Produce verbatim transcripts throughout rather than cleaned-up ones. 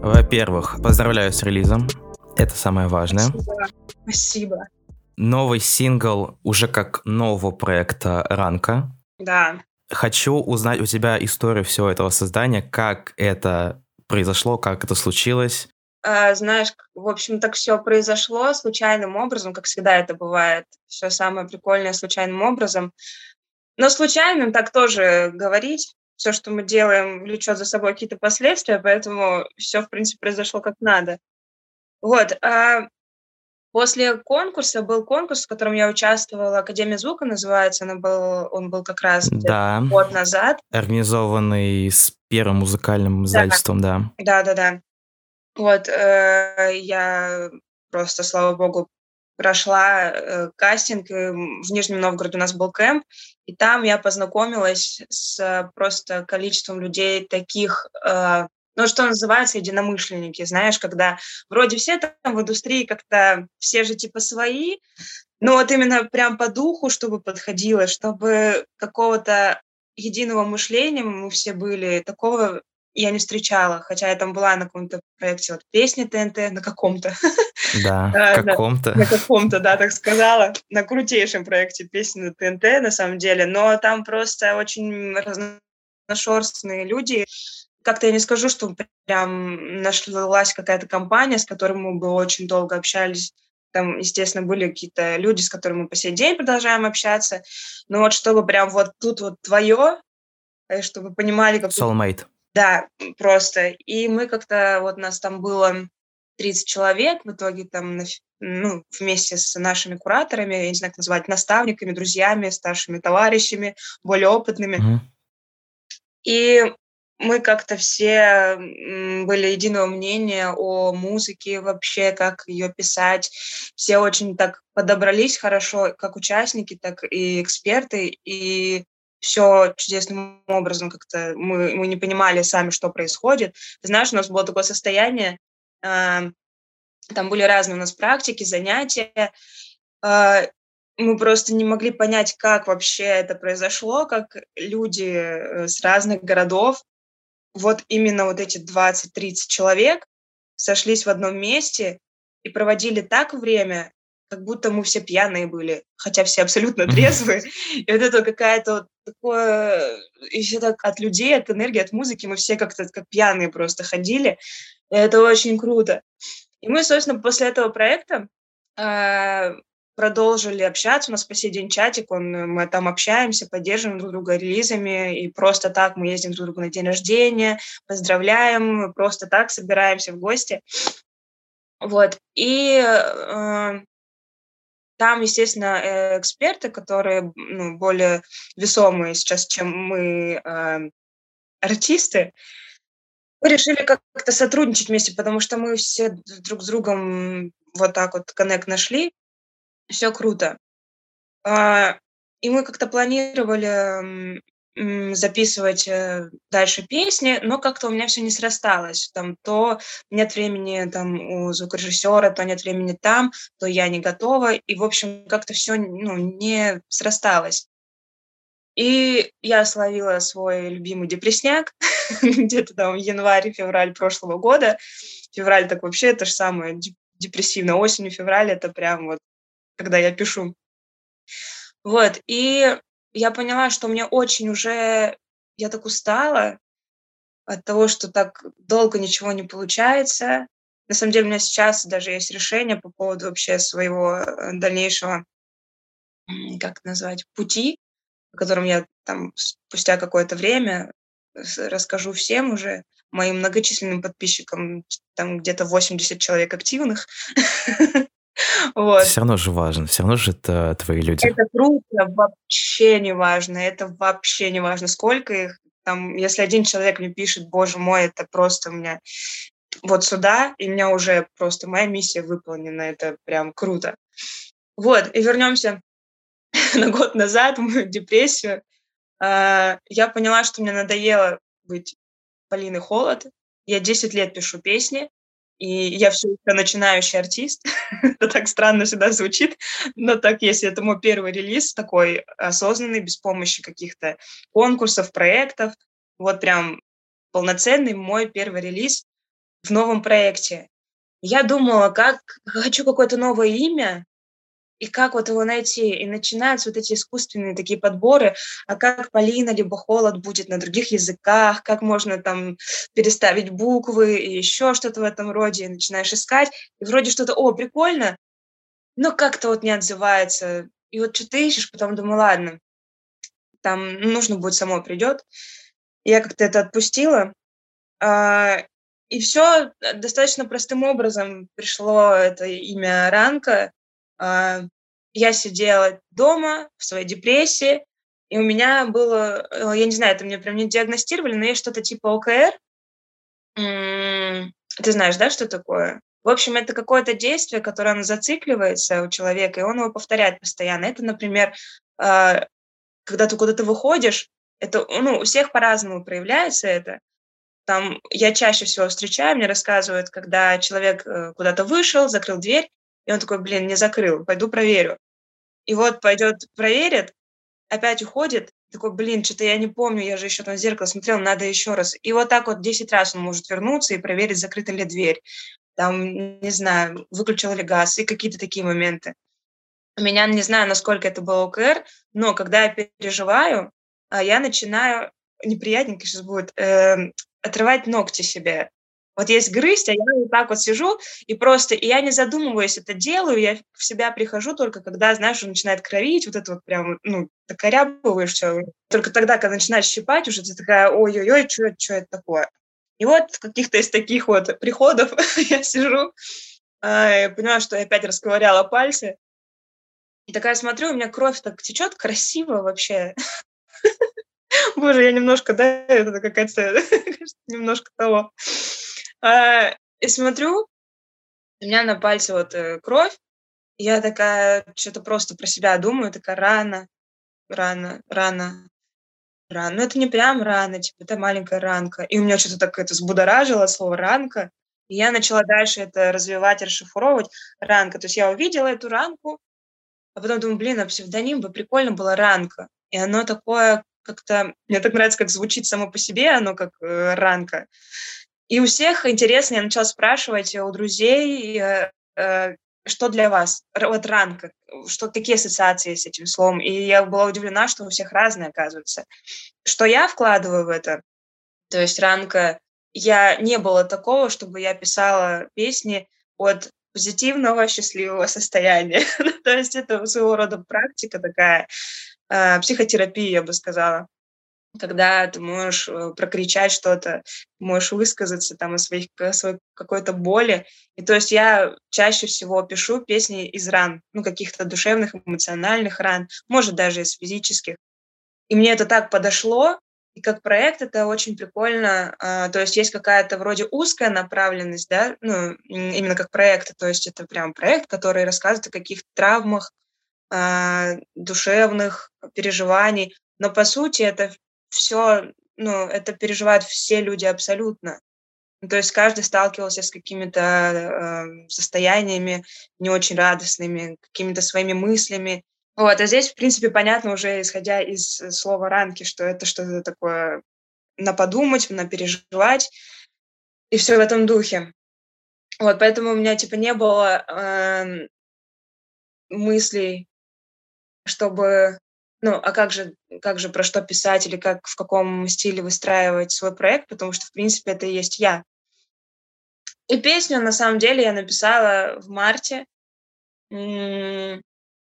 Во-первых, поздравляю с релизом. Это самое важное. Спасибо. Спасибо. Новый сингл уже как нового проекта «Ранка». Да. Хочу узнать у тебя историю всего этого создания, как это произошло, как это случилось. А, знаешь, к- в общем, так все произошло случайным образом, как всегда это бывает. Все самое прикольное случайным образом. Но случайным так тоже говорить. Все, что мы делаем, влечет за собой какие-то последствия, поэтому все, в принципе, произошло как надо. Вот. А после конкурса был конкурс, в котором я участвовала, «Академия звука» называется. Он был, он был как раз где-то Да, год назад. организованный с первым музыкальным Да, издательством, да. да-да-да. Вот, э, я просто, слава богу, прошла, э, кастинг. Эм, в Нижнем Новгороде у нас был кэмп, и там я познакомилась с э, просто количеством людей таких, э, ну, что называется, единомышленники. Знаешь, когда вроде все там в индустрии как-то все же типа свои, но вот именно прям по духу, чтобы подходило, чтобы какого-то единого мышления мы все были, такого я не встречала. Хотя я там была на каком-то проекте вот песни Т Н Т, на каком-то, Да, в э, да, каком-то. на каком-то, да, так сказала, на крутейшем проекте песни на Т Н Т на самом деле, но там просто очень разношерстные люди. Как-то я не скажу, что прям нашлась какая-то компания, с которой мы бы очень долго общались. Там, естественно, были какие-то люди, с которыми мы по сей день продолжаем общаться. Но вот чтобы прям вот тут вот твое, э, чтобы понимали, какую. Soulmate. Да, м, просто. И мы как-то, вот нас там было тридцать человек, в итоге там, на ф- ну, вместе с нашими кураторами, я не знаю, как назвать, наставниками, друзьями, старшими товарищами, более опытными. Мгм. И мы как-то все, м, были единого мнения о музыке вообще, как ее писать. Все очень так подобрались хорошо, как участники, так и эксперты. И все чудесным образом как-то мы мы не понимали сами, что происходит. Ты знаешь, у нас было такое состояние, а, там были разные у нас практики, занятия. А, мы просто не могли понять, как вообще это произошло, как люди, э, с разных городов, вот именно вот эти двадцать тридцать человек сошлись в одном месте и проводили так время, как будто мы все пьяные были, хотя все абсолютно трезвые. И вот это какая-то вот такое, и всё так от людей, от энергии, от музыки мы все как-то как пьяные просто ходили. И это очень круто. И мы, собственно, после этого проекта, а, продолжили общаться. У нас по сей день чатик, он, э, мы там общаемся, поддерживаем друг друга релизами, и просто так мы ездим друг к другу на день рождения, поздравляем, просто так собираемся в гости. Вот. И, э, там, естественно, э, эксперты, которые, ну, более весомые сейчас, чем мы, э, артисты. Мы решили как-то сотрудничать вместе, потому что мы все д друг с другом вот так вот коннект нашли. Все круто. А, и мы как-то планировали, м, м, записывать, э, дальше песни, но как-то у меня все не срасталось. Там то нет времени там у звукорежиссера, то нет времени там, то я не готова. И, в общем, как-то все, ну, не срасталось. И я словила свой любимый депресняк где-то там январь-февраль прошлого года. Февраль так вообще это ж самое де депрессивно. Осенью, февраль — это прям вот когда я пишу. Вот, и я поняла, что мне очень уже я так устала от того, что так долго ничего не получается. На самом деле у меня сейчас даже есть решение по поводу вообще своего, э, дальнейшего, м, как это назвать, пути, о котором я там спустя какое-то время с расскажу всем уже, моим многочисленным подписчикам, ч там где-то восемьдесят человек активных. Вот. Все равно же важно, все равно же это твои люди. Это круто, вообще не важно, это вообще не важно, сколько их. Там, если один человек мне пишет: «Боже мой, это просто у меня вот сюда», и у меня уже просто моя миссия выполнена. Это прям круто. Вот, и вернемся на год назад, в мою депрессию. А, я поняла, что мне надоело быть Полиной Холод. Я десять лет пишу песни, и я все еще начинающий артист. Это так странно всегда звучит, но так есть. Это мой первый релиз такой осознанный, без помощи каких-то конкурсов, проектов. Вот прям полноценный мой первый релиз в новом проекте. Я думала, как хочу какое-то новое имя, и как вот его найти. И начинаются вот эти искусственные такие подборы, а как Полина либо Холод будет на других языках, как можно там переставить буквы и еще что-то в этом роде. И начинаешь искать, и вроде что-то, о, прикольно, но как-то вот не отзывается. И вот что-то ищешь, потом думаю, ладно, там нужно будет, само придет. Я как-то это отпустила. А, и все достаточно простым образом пришло это имя Ранка. А, я сидела дома в своей депрессии, и у меня было, э, я не знаю, это мне прям не диагностировали, но есть что-то типа о ка эр. М, ты знаешь, да, что такое? В общем, это какое-то действие, которое оно зацикливается у человека, и он его повторяет постоянно. Это, например, а, когда ты куда-то выходишь, это, ну, у всех по-разному проявляется это. Там я чаще всего встречаю, мне рассказывают, когда человек, э, куда-то вышел, закрыл дверь, и он такой: "Блин, не закрыл, пойду проверю". И вот пойдет проверит, опять уходит, такой: "Блин, что то я не помню, я же еще там в зеркало смотрел, надо еще раз". И вот так вот десять раз он может вернуться и проверить, закрыта ли дверь. Там, не знаю, выключил ли газ, и какие-то такие моменты. У меня, не знаю, насколько это было о ка эр, но когда я переживаю, а, я начинаю, неприятненько сейчас будет, эм, отрывать ногти себе. Вот есть грызть, а я вот так вот сижу и просто, и я не задумываясь это делаю, я в себя прихожу только когда, знаешь, уже начинает кровить, вот это вот прям, вот, ну, докорябываешь всё. Только тогда, когда начинаешь щипать, уже ты такая: "Ой-ой-ой, чё чё это такое?" И вот в каких-то из таких вот приходов я сижу, а, и понимаю, что я опять расковыряла пальцы. И такая смотрю, у меня кровь так течет красиво вообще. Боже, я немножко, да, это какая-то немножко того. А, и смотрю, у меня на пальце вот, э, кровь. И я такая что то просто про себя думаю, такая: рана, рана, рана, рана. Ну, это не прям рана, типа, это маленькая ранка. И у меня что то так это взбудоражило слово "ранка". И я начала дальше это развивать, расшифровывать. Ранка. То есть я увидела эту ранку, а потом думаю: "Блин, а псевдоним бы прикольно было Ранка". И оно такое как-то мне так нравится, как звучит само по себе оно, как, э, Ранка. И у всех интересно, я начала спрашивать у друзей, э, э, что для вас р вот Ранка, что какие ассоциации с этим словом. И я была удивлена, что у всех разные, оказывается. Что я вкладываю в это? То есть Ранка, я не было такого, чтобы я писала песни от позитивного, счастливого состояния. Ну, то есть это своего рода практика такая, а, психотерапия, я бы сказала. Когда ты можешь, э, прокричать что-то, можешь высказаться там о своих о своей какой-то боли. И то есть я чаще всего пишу песни из ран, ну, каких-то душевных, эмоциональных ран, может, даже из физических. И мне это так подошло, и как проект это очень прикольно. А, то есть есть какая-то вроде узкая направленность, да, ну, м, именно как проект. То есть это прям проект, который рассказывает о каких-то травмах, а, душевных переживаний. Но по сути это все, ну, это переживают все люди абсолютно. Ну, то есть каждый сталкивался с какими-то, э, состояниями не очень радостными, какими-то своими мыслями. Вот, а здесь, в принципе, понятно уже, исходя из, э, слова "ранки", что это что-то такое на подумать, на переживать и все в этом духе. Вот, поэтому у меня, типа, не было, эм, мыслей, чтобы, ну, а как же как же, про что писать или как, в каком стиле выстраивать свой проект, потому что, в принципе, это и есть я. И песню, на самом деле, я написала в марте. М,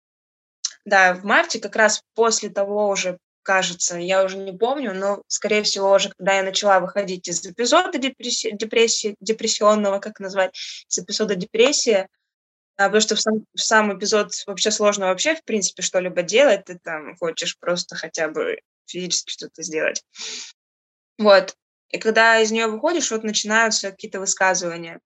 да, в марте, как раз после того уже, кажется, я уже не помню, но, скорее всего, уже когда я начала выходить из эпизода депресси депрессии депрессионного, как назвать, из эпизода депрессия. А, потому что в сам в сам эпизод вообще сложно вообще, в принципе, что-либо делать. Ты там хочешь просто хотя бы физически что-то сделать. Вот. И когда из нее выходишь, вот начинаются какие-то высказывания.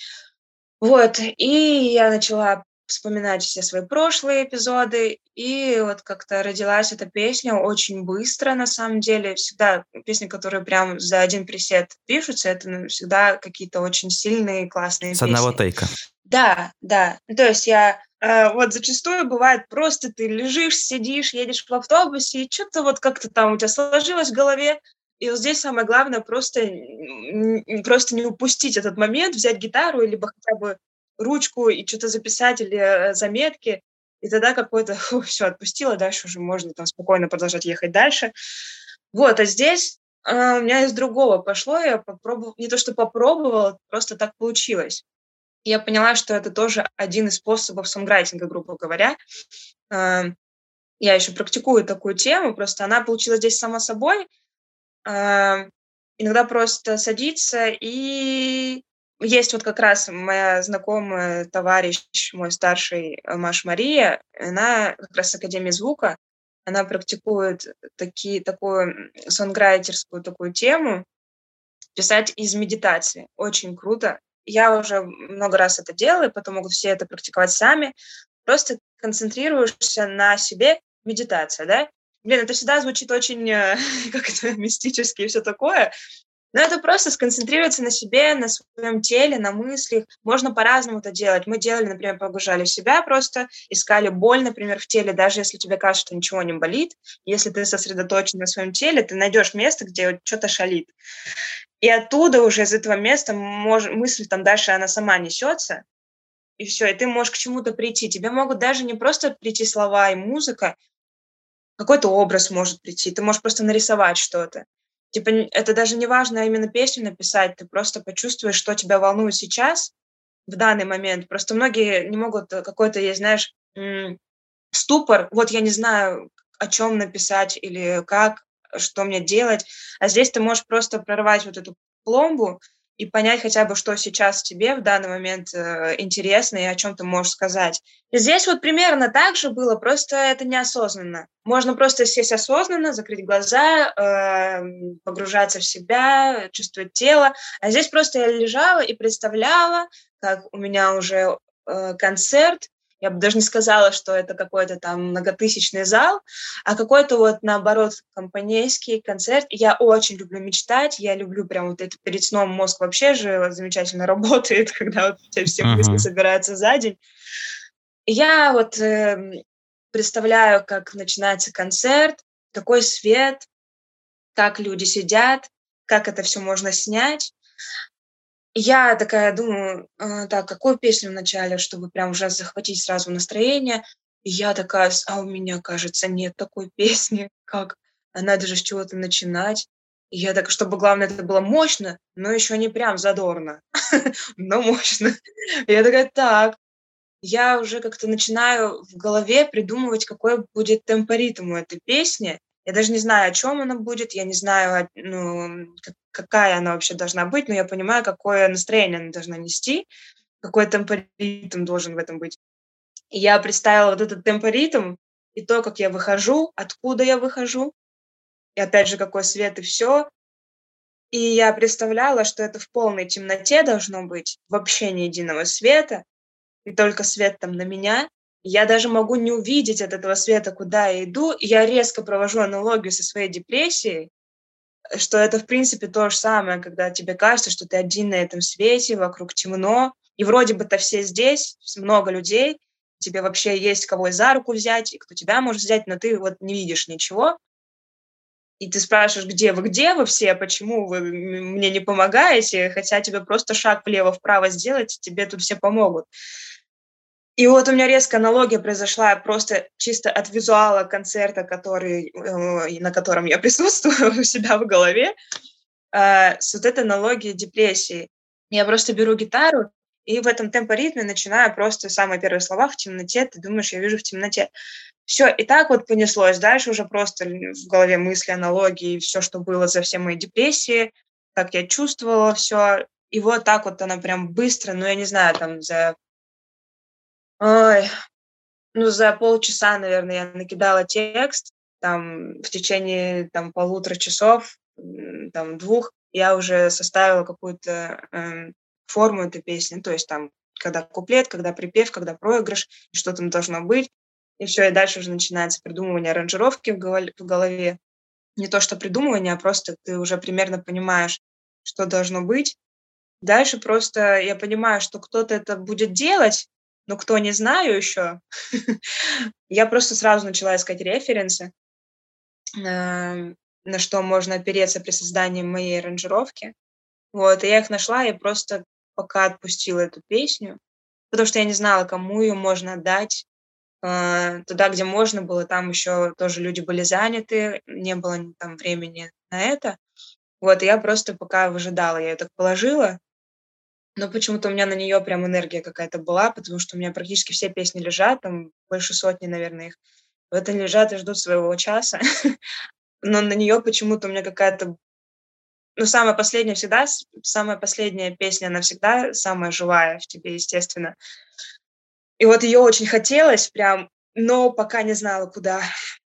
Вот, и я начала вспоминать все свои прошлые эпизоды, и вот как-то родилась эта песня очень быстро, на самом деле. Всегда песни, которые прям за один присед пишутся, это, ну, всегда какие-то очень сильные, классные С одного песни. тейка. Да, да. Ну, то есть я, э, вот зачастую бывает просто ты лежишь, сидишь, едешь в автобусе, и что то вот как-то там у тебя сложилось в голове, И вот здесь самое главное просто, н н просто не упустить этот момент, взять гитару, либо хотя бы ручку и чё-то записать или, э, заметки. И тогда какой-то, фух, всё, отпустило, дальше уже можно там спокойно продолжать ехать дальше. Вот, а здесь, а, у меня из другого пошло. Я попробов не то что попробовала, просто так получилось. Я поняла, что это тоже один из способов сонграйтинга, грубо говоря. А, я еще практикую такую тему, просто она получилась здесь сама собой. А, иногда просто садиться и есть вот как раз моя знакомая, товарищ мой старший, э, Маша Мария. Она как раз с академии звука. Она практикует таки такую, м, сонграйтерскую такую тему. Писать из медитации. Очень круто. Я уже много раз это делала, и потом могут все это практиковать сами. Просто концентрируешься на себе. Медитация, да? Блин, это всегда звучит очень, э, как это, мистически и всё такое. Но это просто сконцентрироваться на себе, на своем теле, на мыслях. Можно по-разному это делать. Мы делали, например, погружали в себя просто, искали боль, например, в теле, даже если тебе кажется, что ничего не болит. Если ты сосредоточен на своем теле, ты найдешь место, где вот чё-то шалит. И оттуда уже, из этого места, мож мысль там дальше, она сама несется, и всё, и ты можешь к чему-то прийти. Тебе могут даже не просто прийти слова и музыка, какой-то образ может прийти, ты можешь просто нарисовать что-то. Типа н это даже не важно именно песню написать, ты просто почувствуешь, что тебя волнует сейчас, в данный момент. Просто многие не могут, э, какой-то есть, знаешь, м, ступор. Вот я не знаю, о чём написать или как, что мне делать. А здесь ты можешь просто прорвать вот эту пломбу и понять хотя бы, что сейчас тебе в данный момент, э, интересно и о чём ты можешь сказать. И здесь вот примерно так же было, просто это неосознанно. Можно просто сесть осознанно, закрыть глаза, эм, погружаться в себя, чувствовать тело. А здесь просто я лежала и представляла, как у меня уже, э, концерт. Я бы даже не сказала, что это какой-то там многотысячный зал, а какой-то вот, наоборот, компанейский концерт. И я очень люблю мечтать, я люблю прям вот это перед сном мозг вообще же замечательно работает, когда вот у тя все мысли Мгм. собираются за день. И я вот, эм, представляю, как начинается концерт, какой свет, как люди сидят, как это всё можно снять. И я такая думаю: "А, так, какую песню вначале, чтобы прям уже захватить сразу настроение?" И я такая с а у меня, кажется, нет такой песни. Как? А надо же с чего-то начинать. И я так, чтобы, главное, это было мощно, но еще не прям задорно, но мощно. И я такая: "Так". Я уже как-то начинаю в голове придумывать, какой будет темпоритм у этой песни. Я даже не знаю, о чём она будет, я не знаю, а, ну, к какая она вообще должна быть, но я понимаю, какое настроение она должна нести, какой темпоритм должен в этом быть. И я представила вот этот темпоритм и то, как я выхожу, откуда я выхожу, и опять же, какой свет и всё. И я представляла, что это в полной темноте должно быть, вообще ни единого света, и только свет там на меня. Я даже могу не увидеть от этого света, куда я иду. И я резко провожу аналогию со своей депрессией, э, что это, в принципе, то же самое, когда тебе кажется, что ты один на этом свете, вокруг темно, и вроде бы-то все здесь, вс много людей, тебе вообще есть кого и за руку взять, и кто тебя может взять, но ты вот не видишь ничего. И ты спрашиваешь: "Где вы, где вы все? Почему вы м мне не помогаете?" Хотя тебе просто шаг влево-вправо сделать, тебе тут все помогут. И вот у меня резко аналогия произошла просто чисто от визуала концерта, который, э, и на котором я присутствую у себя в голове, а, с вот этой аналогией депрессии. Я просто беру гитару и в этом темпоритме начинаю просто самые первые слова: "В темноте ты думаешь, я вижу в темноте". Всё, и так вот понеслось. Дальше уже просто ль в голове мысли, аналогии, и всё, что было за все мои депрессии, как я чувствовала всё. И вот так вот она прям быстро, ну, я не знаю, там за ой, ну, за полчаса, наверно, я накидала текст. Там в течение, там, полутора часов, м, там двух я уже составила какую-то, эм, форму этой песни. То есть там, когда куплет, когда припев, когда проигрыш, и что там должно быть. И всё, и дальше уже начинается придумывание аранжировки в голь в голове. Не то что придумывание, а просто ты уже примерно понимаешь, что должно быть. Дальше просто я понимаю, что кто-то это будет делать, но кто- не знаю еще. Я просто сразу начала искать референсы. Эм, на что можно опереться при создании моей аранжировки. Вот, и я их нашла, и просто пока отпустила эту песню, потому что я не знала, кому ее можно отдать. А, туда, где можно было, там еще тоже люди были заняты, не было н там времени на это. Вот, и я просто пока выжидала, я ее так положила, но почему-то у меня на нее прям энергия какая-то была, потому что у меня практически все песни лежат, там больше сотни, наверное, их. Вот они лежат и ждут своего часа, но на нее почему-то у меня какая-то, ну, самая последняя всегда, с самая последняя песня, она всегда самая живая в тебе, естественно. И вот ее очень хотелось прям, но пока не знала, куда.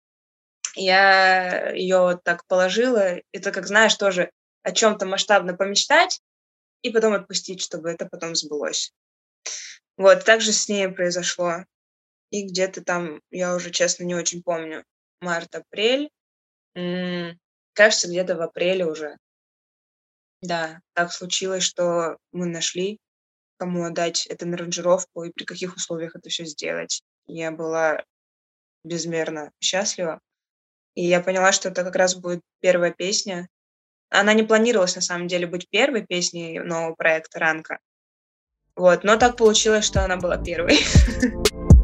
Я ее вот так положила. Это как, знаешь, тоже о чем то масштабно помечтать и потом отпустить, чтобы это потом сбылось. Вот так же с ней произошло. И где-то там, я уже, честно, не очень помню, март-апрель, м, кажется, где-то в апреле уже, да, так случилось, что мы нашли, кому отдать эту аранжировку и при каких условиях это все сделать. Я была безмерно счастлива. И я поняла, что это как раз будет первая песня. Она не планировалась на самом деле быть первой песней нового проекта "Ранка". Вот, но так получилось, что она была первой.